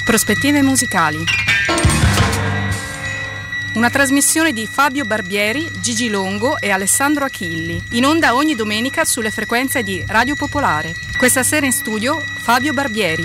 Prospettive musicali. Una trasmissione di Fabio Barbieri, Gigi Longo e Alessandro Achilli, in onda ogni domenica sulle frequenze di Radio Popolare. Questa sera in studio Fabio Barbieri.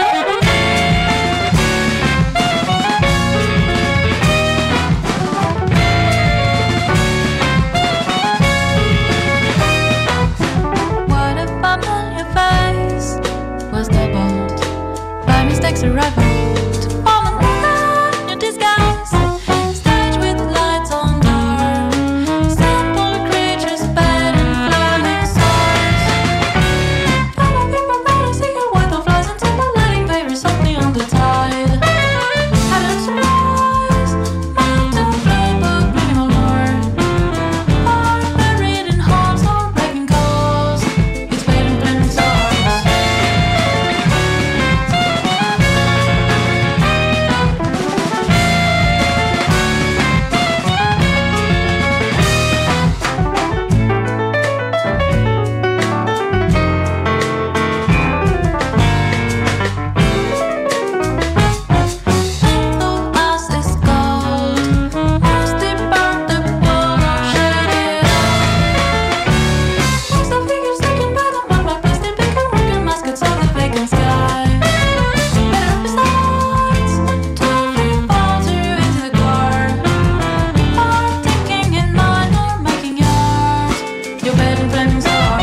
What a familiar face was doubled by mistakes arrival to form another new disguise. Stage with lights on dark, simple creatures, bed and flaming swords. Follow people ready to see your white flies until the lighting varies softly on the tide. Heavens rise, mountain flame, but minimal lore. Are buried in halls or breaking coast. It's fading flaming stars. Though as is gold, must depart the world of shaded eye. As the figures taken by the mud, plastic picker working muskets of the vacant sky. Better besides, to free falls you into the car. Are thinking in mind or making yours. Your bed and flaming stars.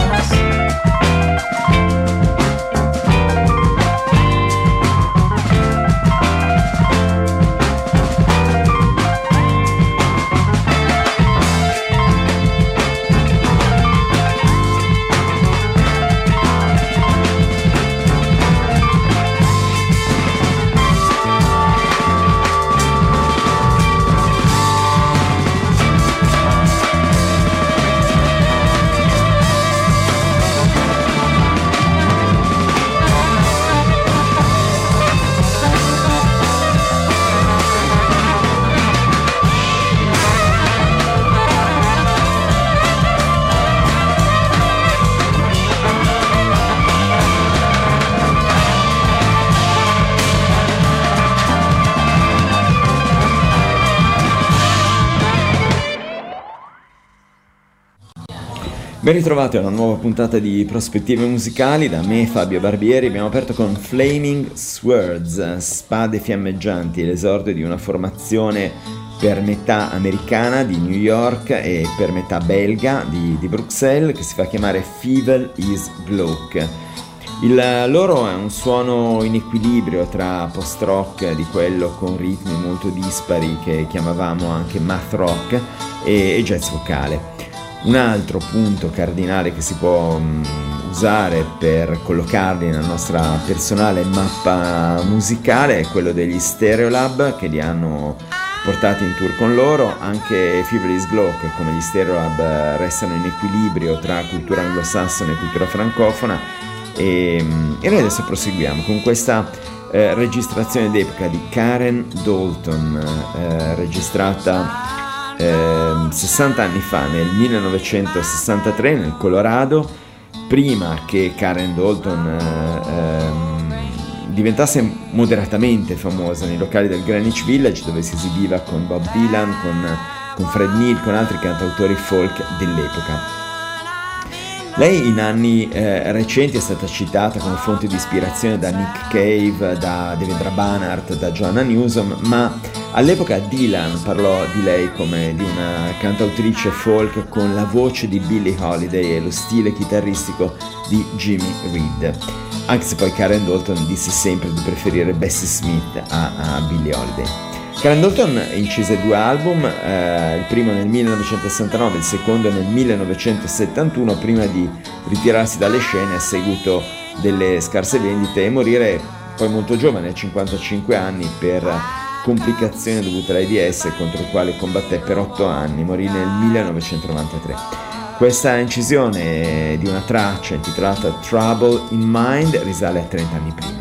Ben ritrovati a una nuova puntata di Prospettive musicali da me, Fabio Barbieri. Abbiamo aperto con Flaming Swords, spade fiammeggianti, l'esordio di una formazione per metà americana di New York e per metà belga di Bruxelles, che si fa chiamare Fievel is Glock. Il loro è un suono in equilibrio tra post-rock, di quello con ritmi molto dispari che chiamavamo anche math rock, e jazz vocale. Un altro punto cardinale che si può usare per collocarli nella nostra personale mappa musicale è quello degli Stereolab, che li hanno portati in tour con loro. Anche Fievel is Glock, come gli Stereolab, restano in equilibrio tra cultura anglosassone e cultura francofona, e noi adesso proseguiamo con questa registrazione d'epoca di Karen Dalton, registrata 60 anni fa, nel 1963, nel Colorado, prima che Karen Dalton diventasse moderatamente famosa nei locali del Greenwich Village, dove si esibiva con Bob Dylan, con Fred Neil, con altri cantautori folk dell'epoca. Lei in anni recenti è stata citata come fonte di ispirazione da Nick Cave, da Devendra Banhart, da Joanna Newsom, ma all'epoca Dylan parlò di lei come di una cantautrice folk con la voce di Billie Holiday e lo stile chitarristico di Jimmy Reed, anche se poi Karen Dalton disse sempre di preferire Bessie Smith a Billie Holiday. Karen Dalton incise 2 album, il primo nel 1969, il secondo nel 1971, prima di ritirarsi dalle scene a seguito delle scarse vendite e morire poi molto giovane, a 55 anni, per complicazioni dovute all'AIDS, contro il quale combatté per 8 anni, morì nel 1993. Questa incisione di una traccia intitolata Trouble in Mind risale a 30 anni prima.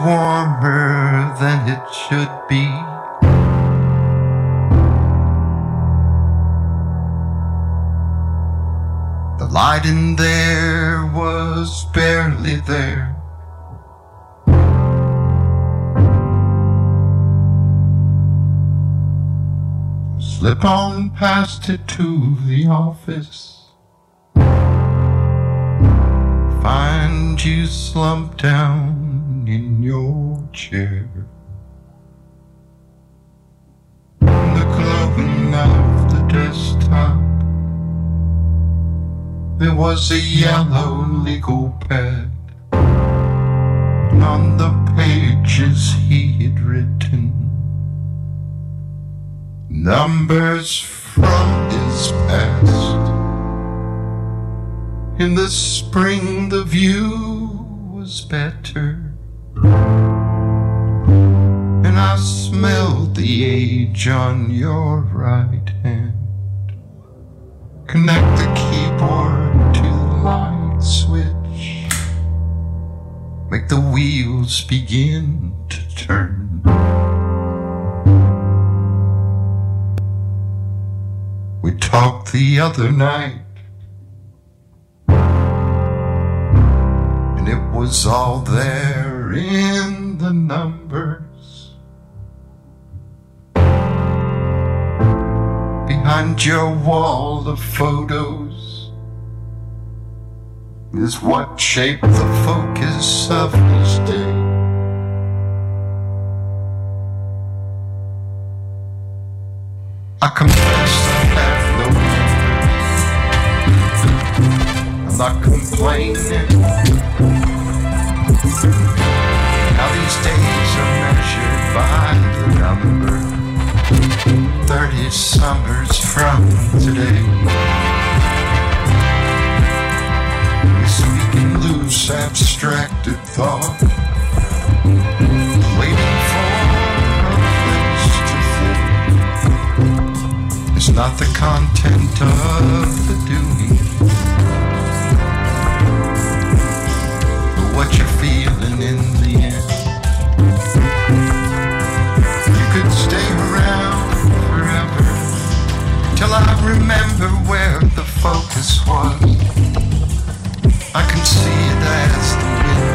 warmer than it should be. The light in there was barely there. Slip on past it to the office. Find you slumped down in your chair. In the glowing of the desktop, there was a yellow legal pad. On the pages he had written numbers from his past. In the spring the view was better, and I smelled the age on your right hand. Connect the keyboard to the light switch, make the wheels begin to turn. We talked the other night, and it was all there in the numbers. Behind your wall of photos is what shaped the focus of his day. I confess I have no name. I'm not complaining. Now these days are measured by the number 30 summers from today. We speak in loose, abstracted thought, waiting for a place to fit. It's not the content of the doing, but what you're feeling in the end. You could stay around forever till I remember where the focus was. I can see it as the wind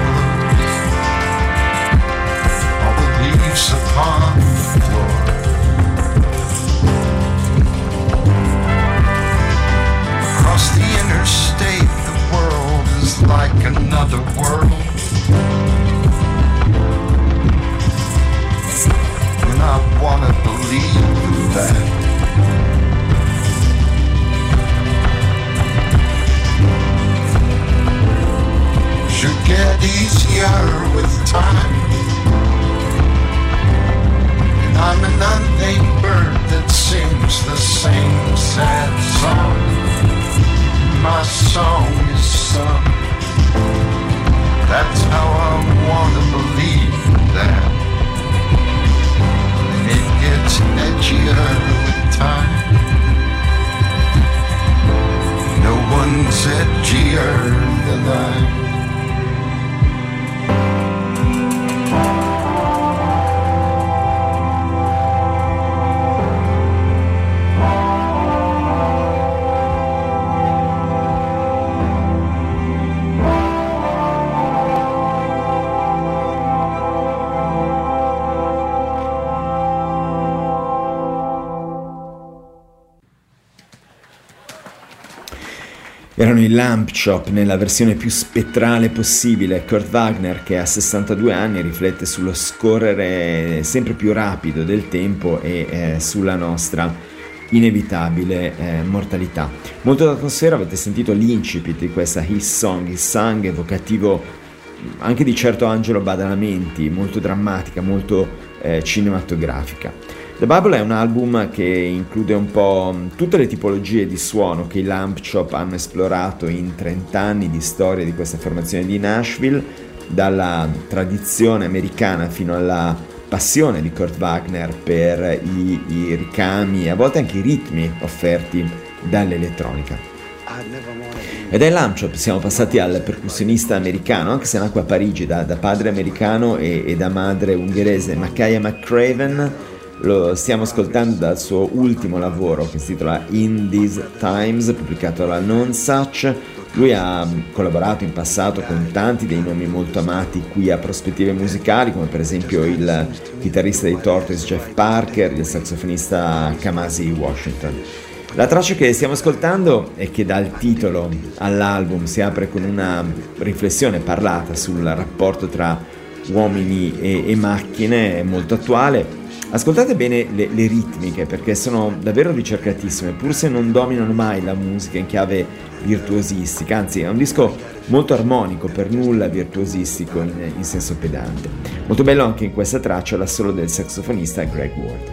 blows, all the leaves upon the floor. Across the interstate, the world is like another world, and I wanna believe that. Should get easier with time, and I'm an unnamed bird that sings the same sad song. My song is sung. That's how I wanna believe that. And it gets edgier with time. No one's edgier than I. Erano i Lamp Chop nella versione più spettrale possibile. Kurt Wagner, che a 62 anni riflette sullo scorrere sempre più rapido del tempo e sulla nostra inevitabile mortalità. Molto d'atmosfera, avete sentito l'incipit di questa His Song, His Song, evocativo anche di certo Angelo Badalamenti, molto drammatica, molto cinematografica. The Bible è un album che include un po' tutte le tipologie di suono che i Lamp Chop hanno esplorato in 30 anni di storia di questa formazione di Nashville, dalla tradizione americana fino alla passione di Kurt Wagner per i ricami e a volte anche i ritmi offerti dall'elettronica. E dai lamb chop siamo passati al percussionista americano, anche se nacque a Parigi da padre americano e da madre ungherese, Makaya McCraven. Lo stiamo ascoltando dal suo ultimo lavoro che si intitola In These Times, pubblicato dalla Nonesuch. Lui ha collaborato in passato con tanti dei nomi molto amati qui a Prospettive Musicali, come per esempio il chitarrista dei Tortoise Jeff Parker, il saxofonista Kamasi Washington. La traccia che stiamo ascoltando e che dà il titolo all'album si apre con una riflessione parlata sul rapporto tra uomini e macchine, è molto attuale. Ascoltate bene le ritmiche, perché sono davvero ricercatissime, pur se non dominano mai la musica in chiave virtuosistica, anzi è un disco molto armonico, per nulla virtuosistico in senso pedante. Molto bello anche in questa traccia l'assolo del saxofonista Greg Ward.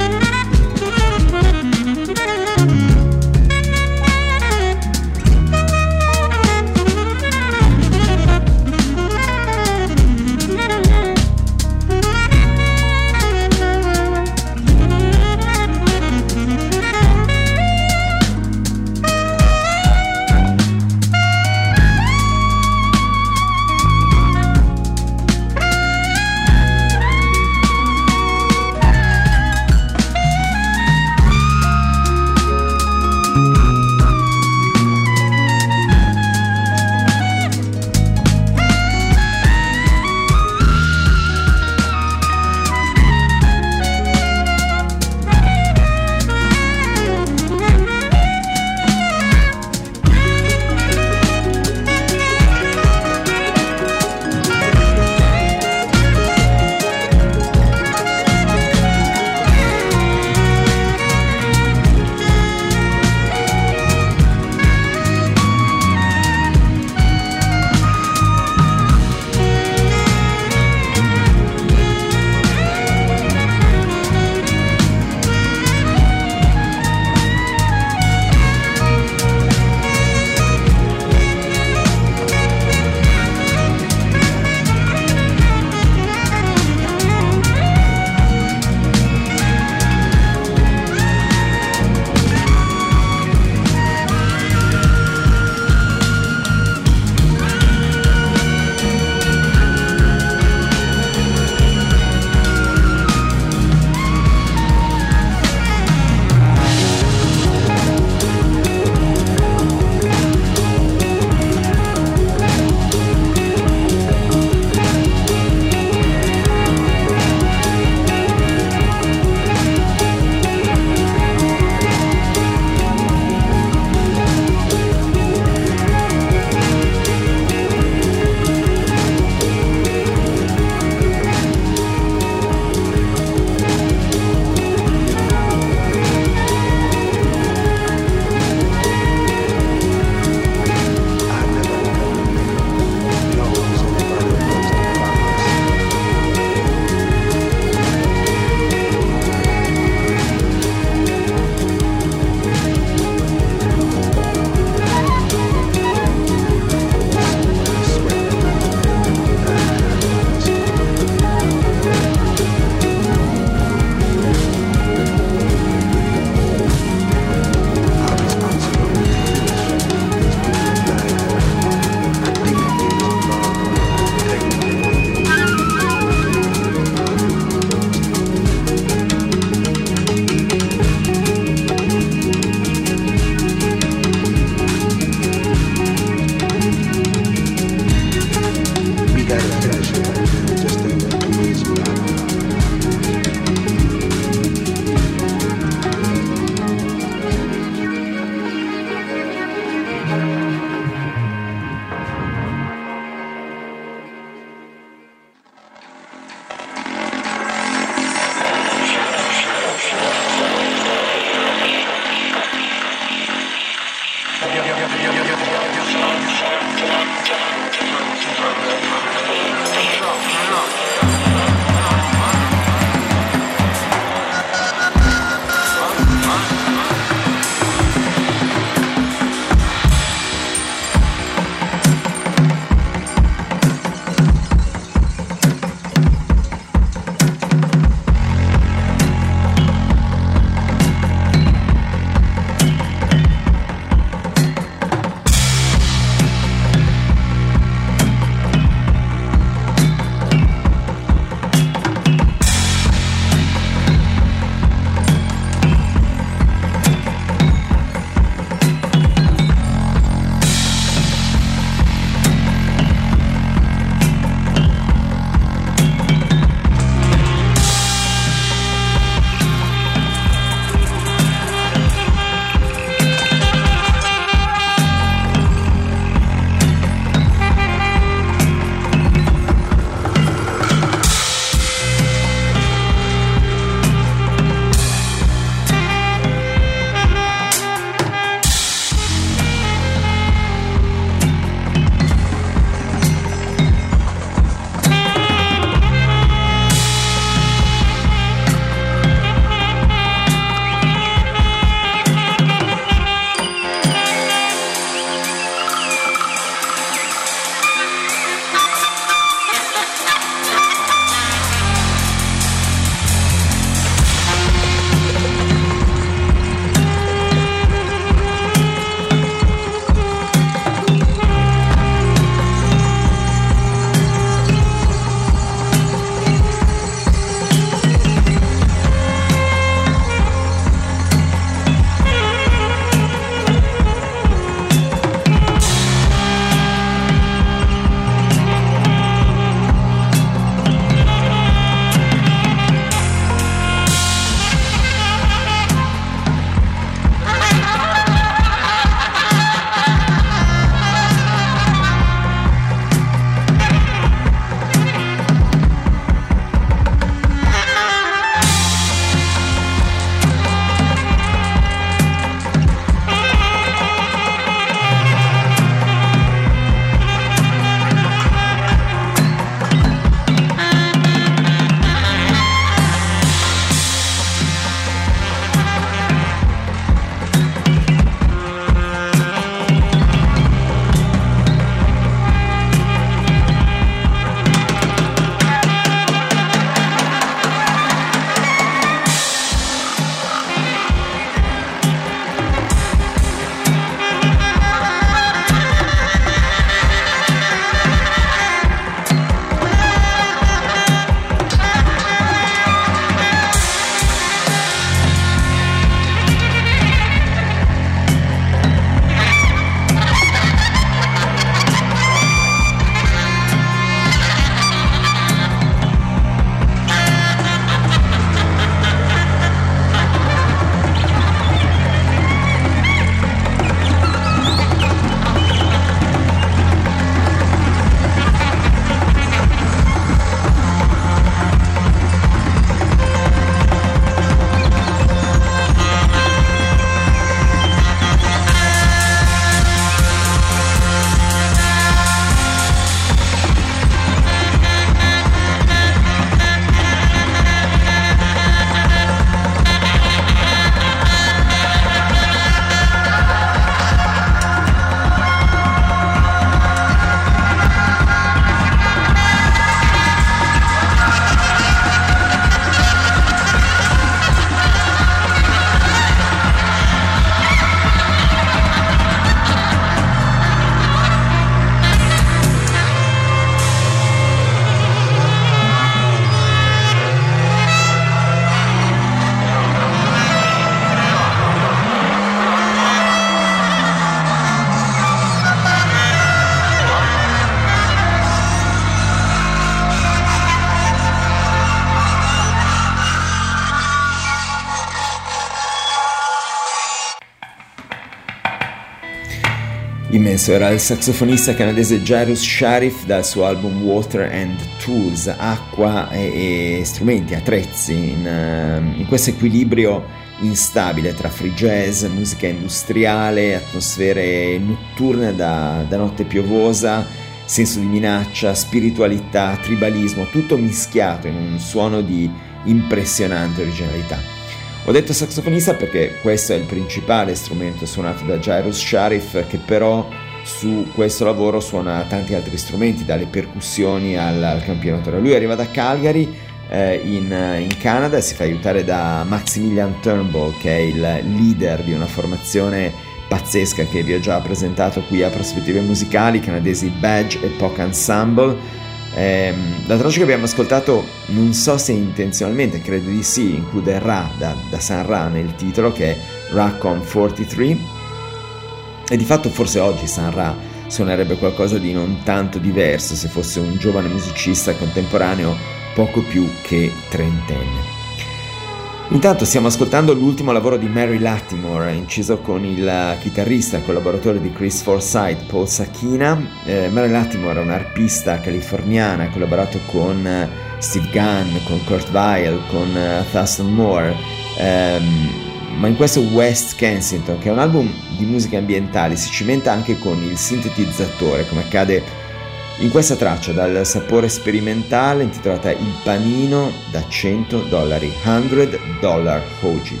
Immenso era il sassofonista canadese Jairus Sharif dal suo album Water and Tools, acqua e strumenti, attrezzi, in questo equilibrio instabile tra free jazz, musica industriale, atmosfere notturne da notte piovosa, senso di minaccia, spiritualità, tribalismo, tutto mischiato in un suono di impressionante originalità. Ho detto sassofonista perché questo è il principale strumento suonato da Jairus Sharif, che però su questo lavoro suona tanti altri strumenti, dalle percussioni al campionatore. Lui arriva da Calgary in Canada e si fa aiutare da Maximilian Turnbull, che è il leader di una formazione pazzesca che vi ho già presentato qui a Prospettive Musicali, canadesi Badge e Poc Ensemble. La traccia che abbiamo ascoltato, non so se intenzionalmente, credo di sì, include Ra da San Ra nel titolo, che è Racon 43, e di fatto forse oggi San Ra suonerebbe qualcosa di non tanto diverso se fosse un giovane musicista contemporaneo poco più che trentenne. Intanto stiamo ascoltando l'ultimo lavoro di Mary Latimore, inciso con il chitarrista e collaboratore di Chris Forsyth, Paul Sakina. Mary Latimore è un'arpista californiana, ha collaborato con Steve Gunn, con Kurt Weill, con Thurston Moore, ma in questo West Kensington, che è un album di musica ambientale, si cimenta anche con il sintetizzatore, come accade in questa traccia dal sapore sperimentale intitolata Il panino da $100, $100 Hoji.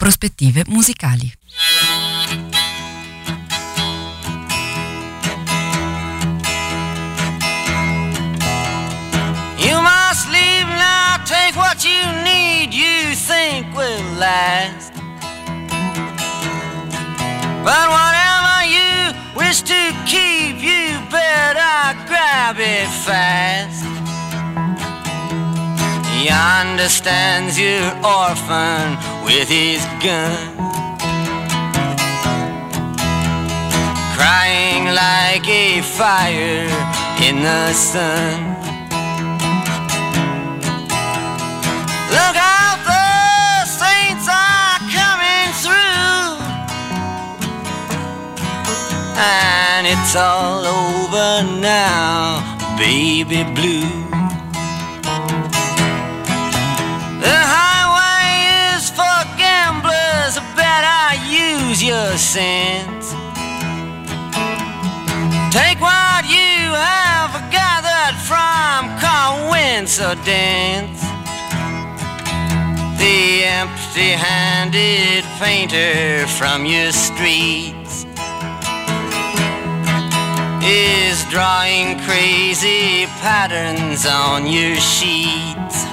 Prospettive musicali. You must leave now, take what you need, you think will last. But whatever you wish to keep, you better grab it fast. He understands your orphan with his gun, crying like a fire in the sun. Look out, the saints are coming through, and it's all over now, baby blue. The highway is for gamblers, better use your sense. Take what you have gathered from coincidence. The empty-handed painter from your streets is drawing crazy patterns on your sheets.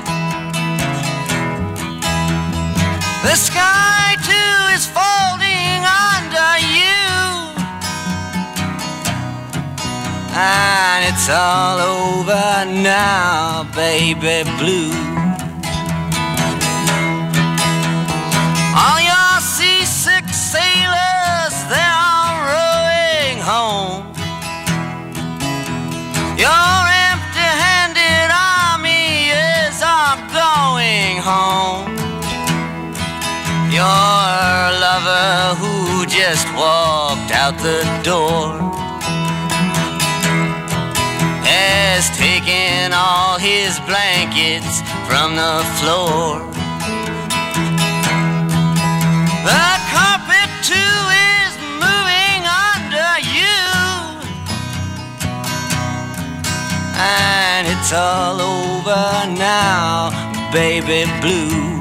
The sky too is folding under you, and it's all over now, baby blue. All your seasick sailors, they're all rowing home. Your empty-handed army is all going home. Your lover who just walked out the door has taken all his blankets from the floor. The carpet too is moving under you, and it's all over now, baby blue.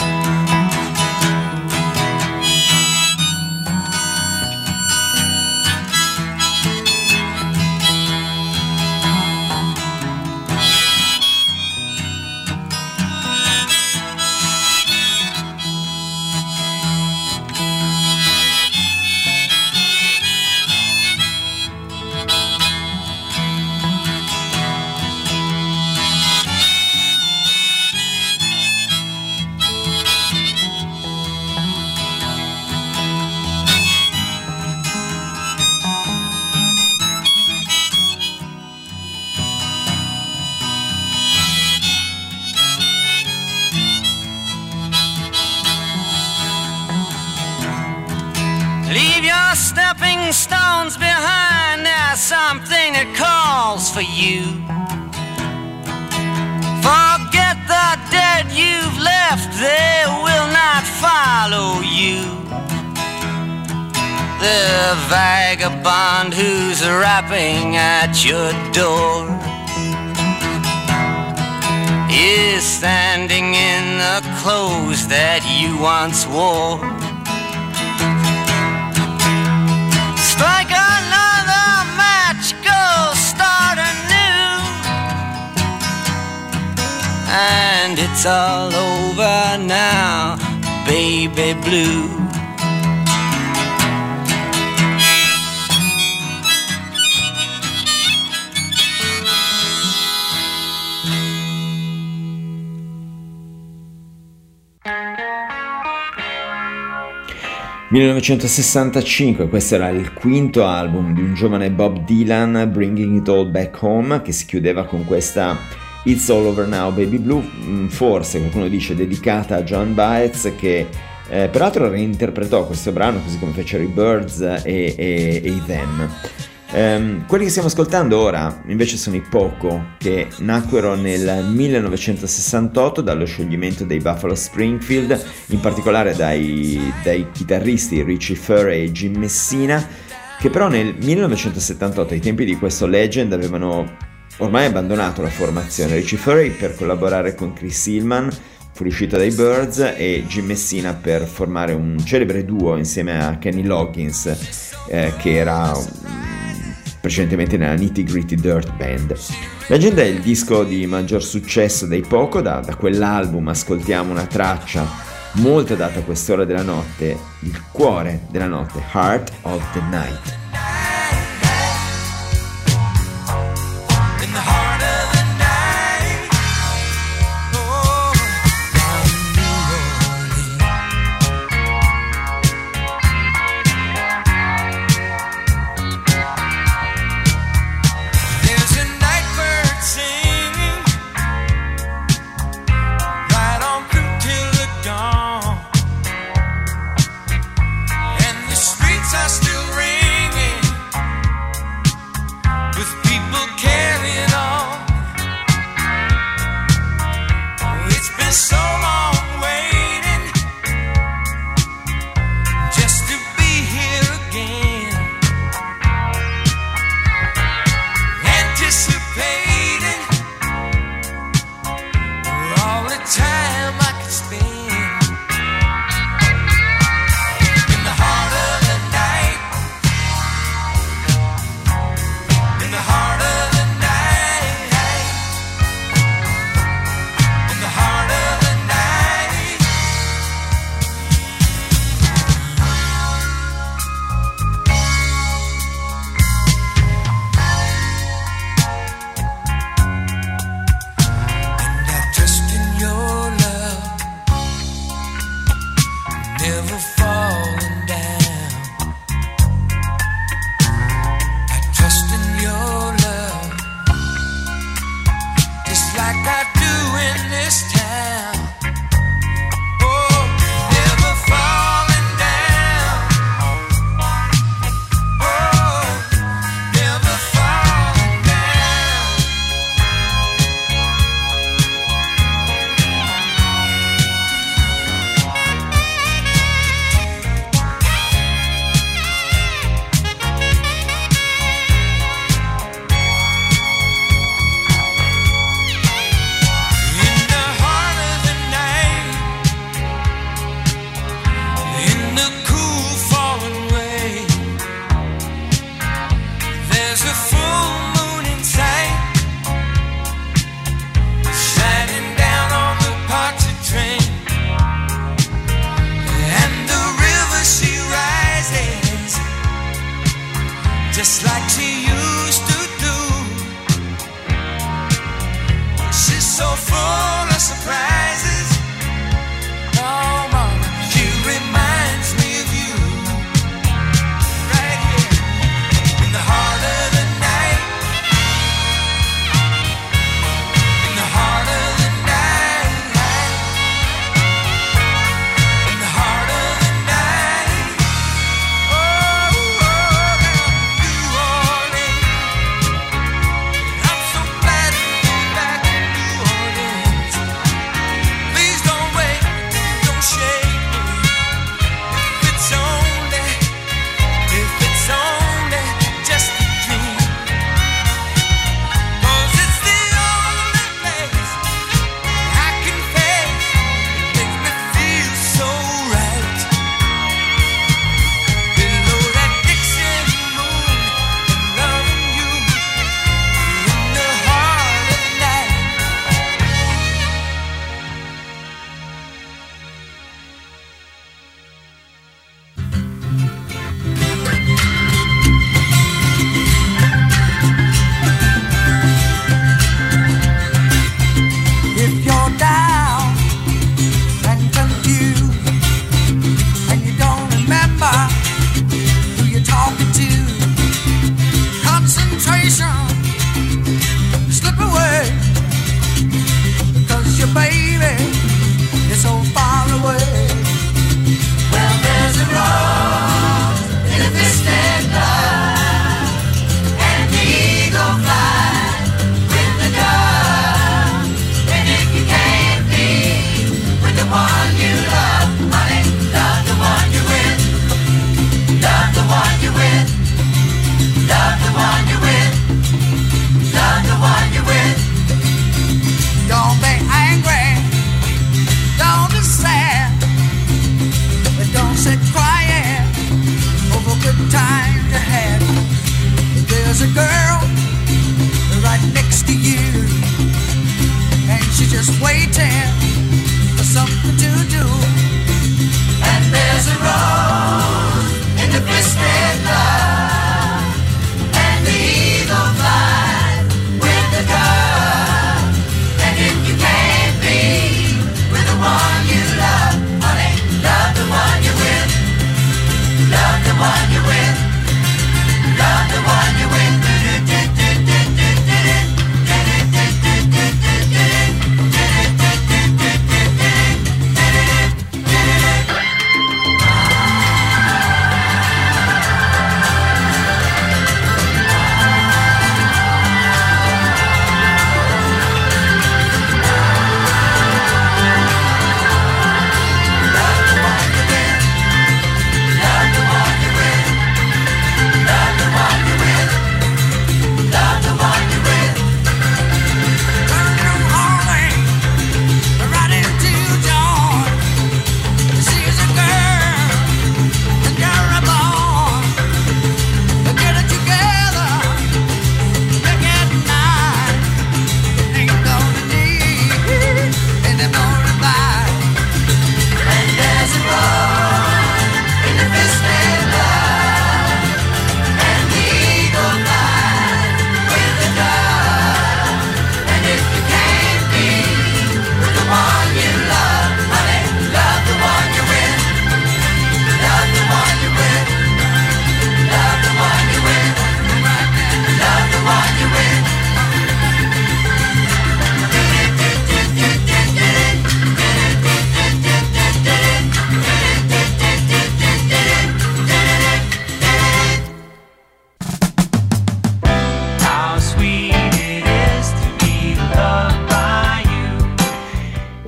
Leave your stepping stones behind, there's something that calls for you. Forget the dead you've left, they will not follow you. The vagabond who's rapping at your door is standing in the clothes that you once wore. Strike another match, go start anew, and it's all over now, baby blue. ...1965, questo era il quinto album di un giovane Bob Dylan, Bringing It All Back Home, che si chiudeva con questa It's All Over Now Baby Blue, forse qualcuno dice dedicata a John Baez, che peraltro reinterpretò questo brano così come fecero i Byrds e i Them. Quelli che stiamo ascoltando ora invece sono i Poco, che nacquero nel 1968 dallo scioglimento dei Buffalo Springfield, in particolare dai chitarristi Richie Furay e Jim Messina, che però nel 1978, ai tempi di questo Legend, avevano ormai abbandonato la formazione. Richie Furay per collaborare con Chris Hillman fuoriuscita dai Byrds, e Jim Messina per formare un celebre duo insieme a Kenny Loggins, che era precedentemente nella Nitty Gritty Dirt Band. L'agenda è il disco di maggior successo dei Poco. Da quell'album ascoltiamo una traccia molto adatta a quest'ora della notte, il cuore della notte, Heart of the Night.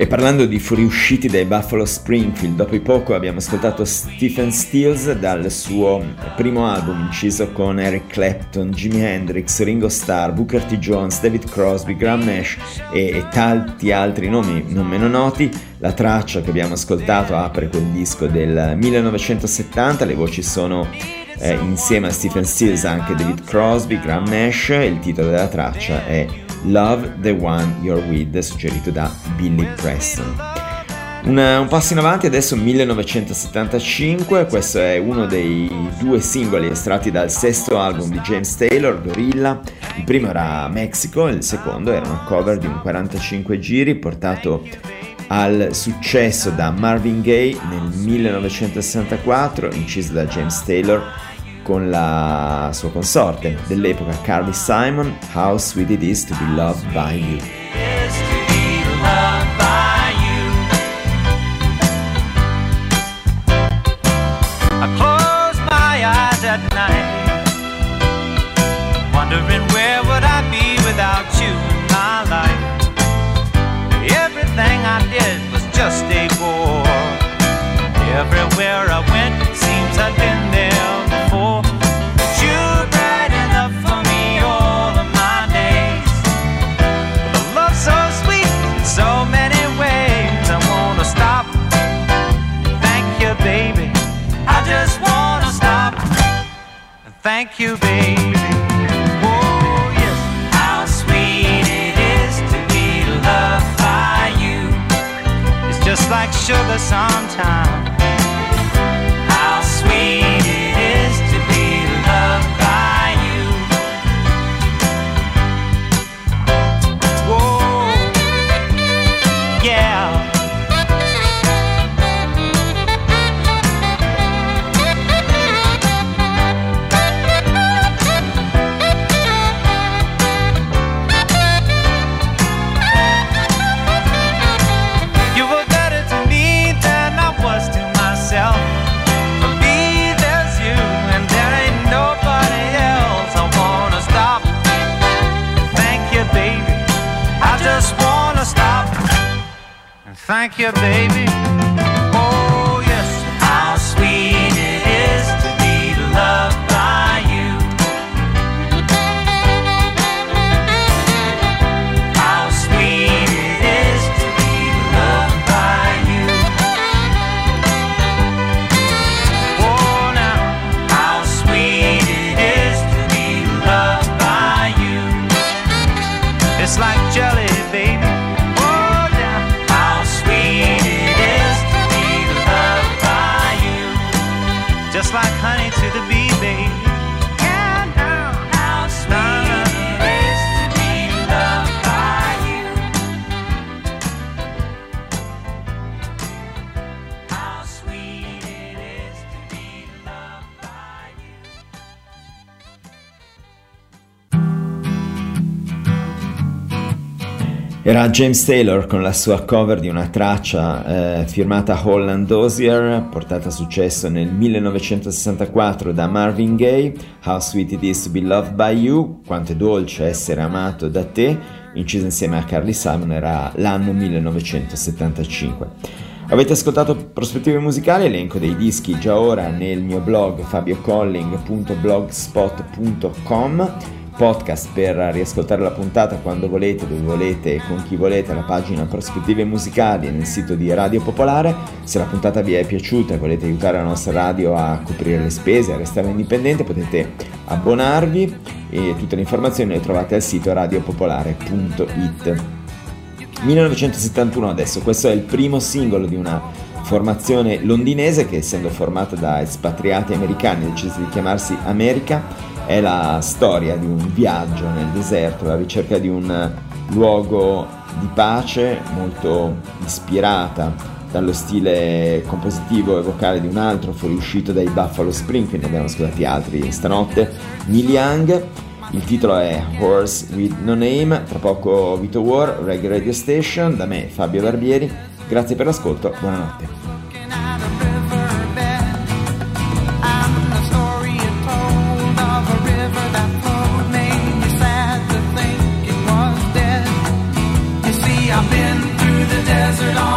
parlando di fuoriusciti dai Buffalo Springfield, dopo poco abbiamo ascoltato Stephen Stills dal suo primo album inciso con Eric Clapton, Jimi Hendrix, Ringo Starr, Booker T. Jones, David Crosby, Graham Nash e tanti altri nomi non meno noti. La traccia che abbiamo ascoltato apre quel disco del 1970, le voci sono insieme a Stephen Stills anche David Crosby, Graham Nash. Il titolo della traccia è Love the One You're With, suggerito da Billy Preston. Un passo in avanti adesso, 1975, questo è uno dei 2 singoli estratti dal sesto album di James Taylor, Gorilla. Il primo era Mexico, il secondo era una cover di un 45 giri portato al successo da Marvin Gaye nel 1964, inciso da James Taylor con la sua consorte dell'epoca Carly Simon, How Sweet It Is to Be Loved by You. I close my eyes at night, wondering where would I be without you in my life. Everything I did was just a bore. Everywhere I went, it seems I'd been there before. But you're bright enough for me all of my days. With a love so sweet in so many ways, I wanna stop. Thank you, baby. I just wanna stop. And thank you, baby. Oh, yes. How sweet it is to be loved by you. It's just like sugar sometimes. How sweet it is to be loved by you. Whoa, yeah. You were better to me than I was to myself. For me, there's you, and there ain't nobody else. I wanna stop. Thank you, baby. I just wanna stop. And thank you, baby. Oh, yes. How sweet it is to be loved by you. How sweet it is to be loved by you. Oh, now, how sweet it is to be loved by you. It's like jelly, baby. Oh, yeah. How sweet it is to be loved by you. Just like honey to the bee, baby. Yeah, now, how sweet it is to be loved by you. How sweet it is to be loved by you. Era James Taylor con la sua cover di una traccia firmata Holland Dozier, portata a successo nel 1964 da Marvin Gaye, How Sweet It Is to Be Loved by You, quanto è dolce essere amato da te, incisa insieme a Carly Simon, era l'anno 1975. Avete ascoltato Prospettive Musicali, elenco dei dischi già ora nel mio blog fabiocolling.blogspot.com, podcast per riascoltare la puntata quando volete, dove volete e con chi volete, alla pagina Prospettive Musicali e nel sito di Radio Popolare. Se la puntata vi è piaciuta e volete aiutare la nostra radio a coprire le spese, a restare indipendente, potete abbonarvi e tutte le informazioni le trovate al sito radiopopolare.it. 1971 adesso, questo è il primo singolo di una formazione londinese che, essendo formata da espatriati americani, ha deciso di chiamarsi America. È la storia di un viaggio nel deserto, la ricerca di un luogo di pace, molto ispirata dallo stile compositivo e vocale di un altro fuoriuscito dai Buffalo Springfield, ne abbiamo ascoltati altri stanotte, Neil Young. Il titolo è Horse with No Name. Tra poco Vito War, Reggae Radio Station. Da me Fabio Barbieri, grazie per l'ascolto, buonanotte. I've been through the desert.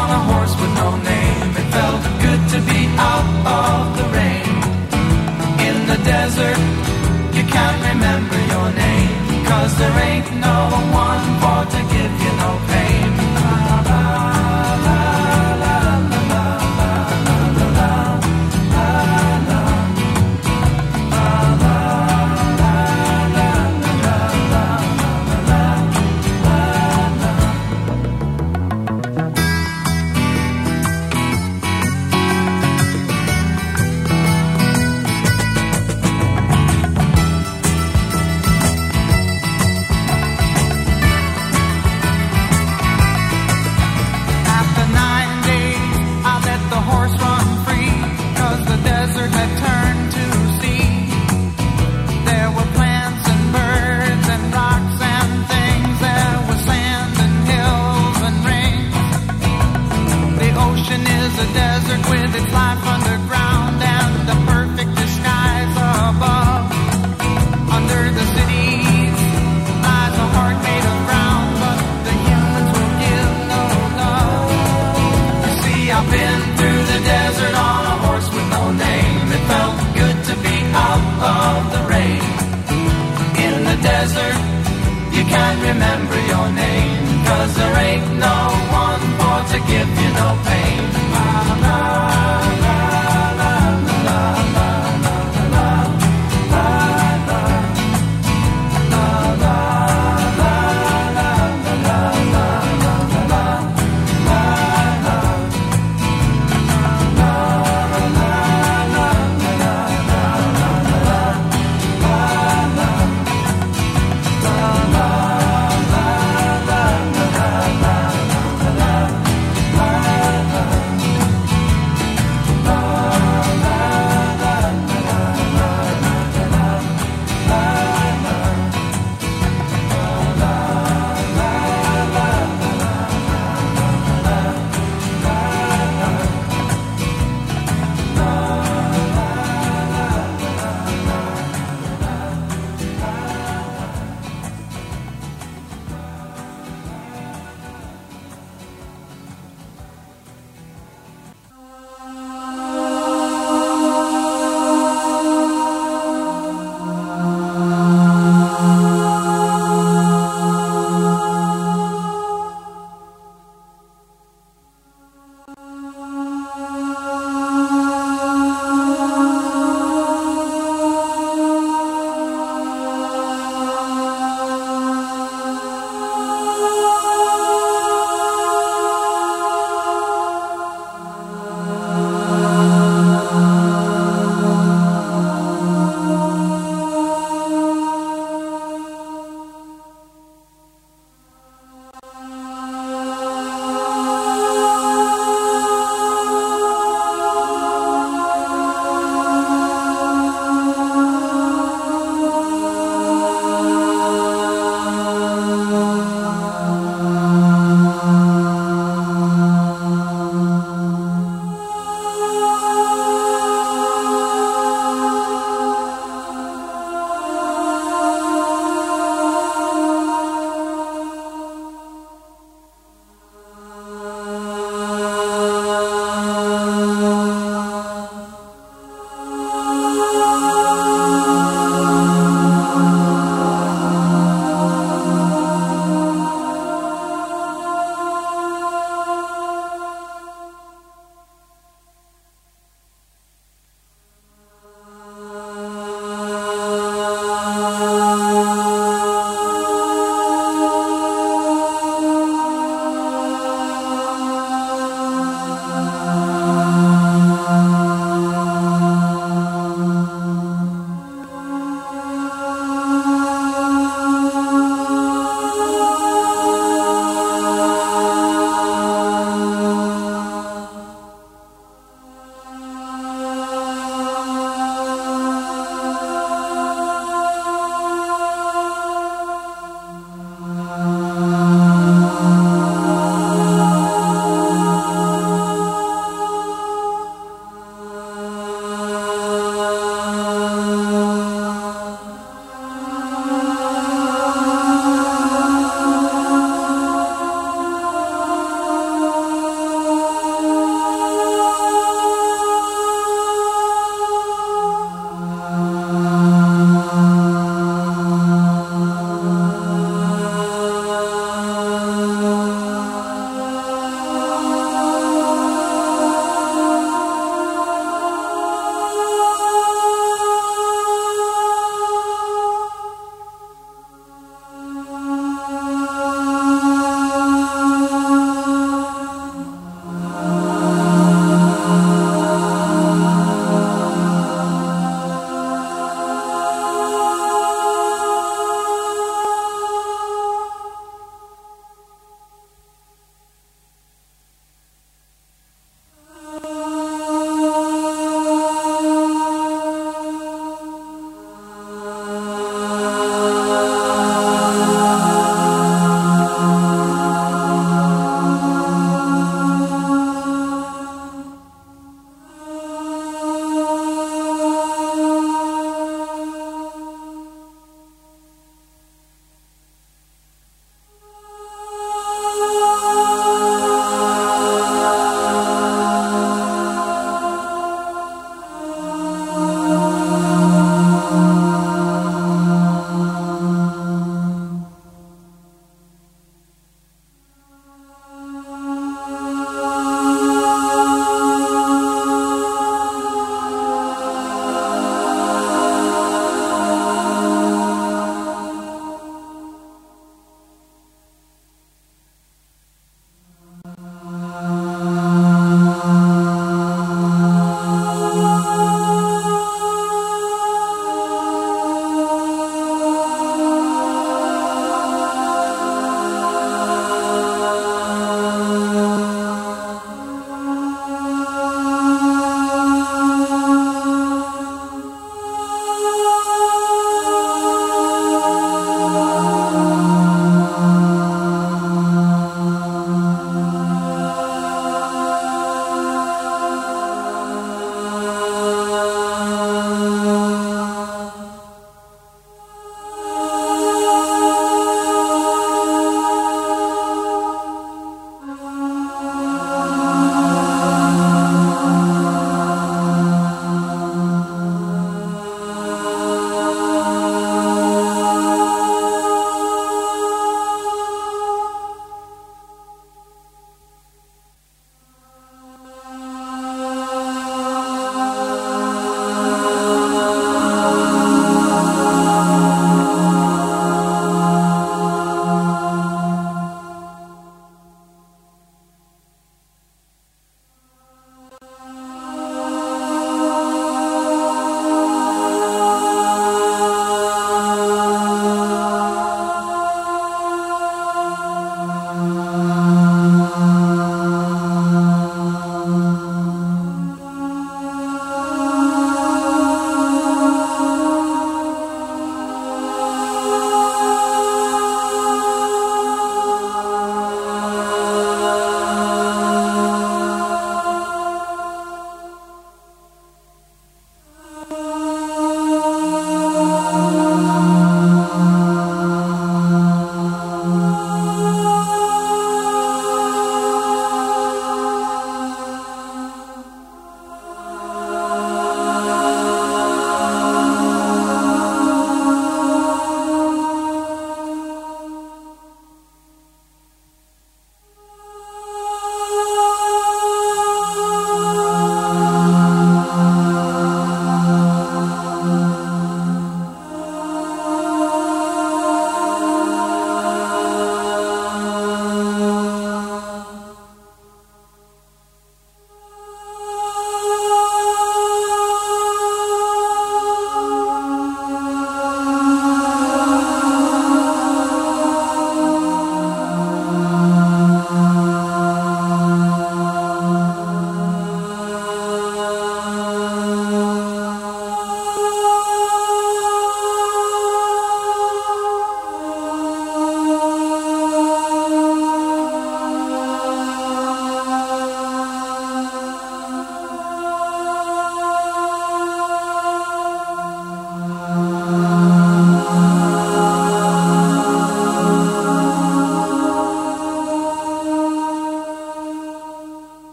can't remember your name, 'cause there ain't no one for to give you no pain.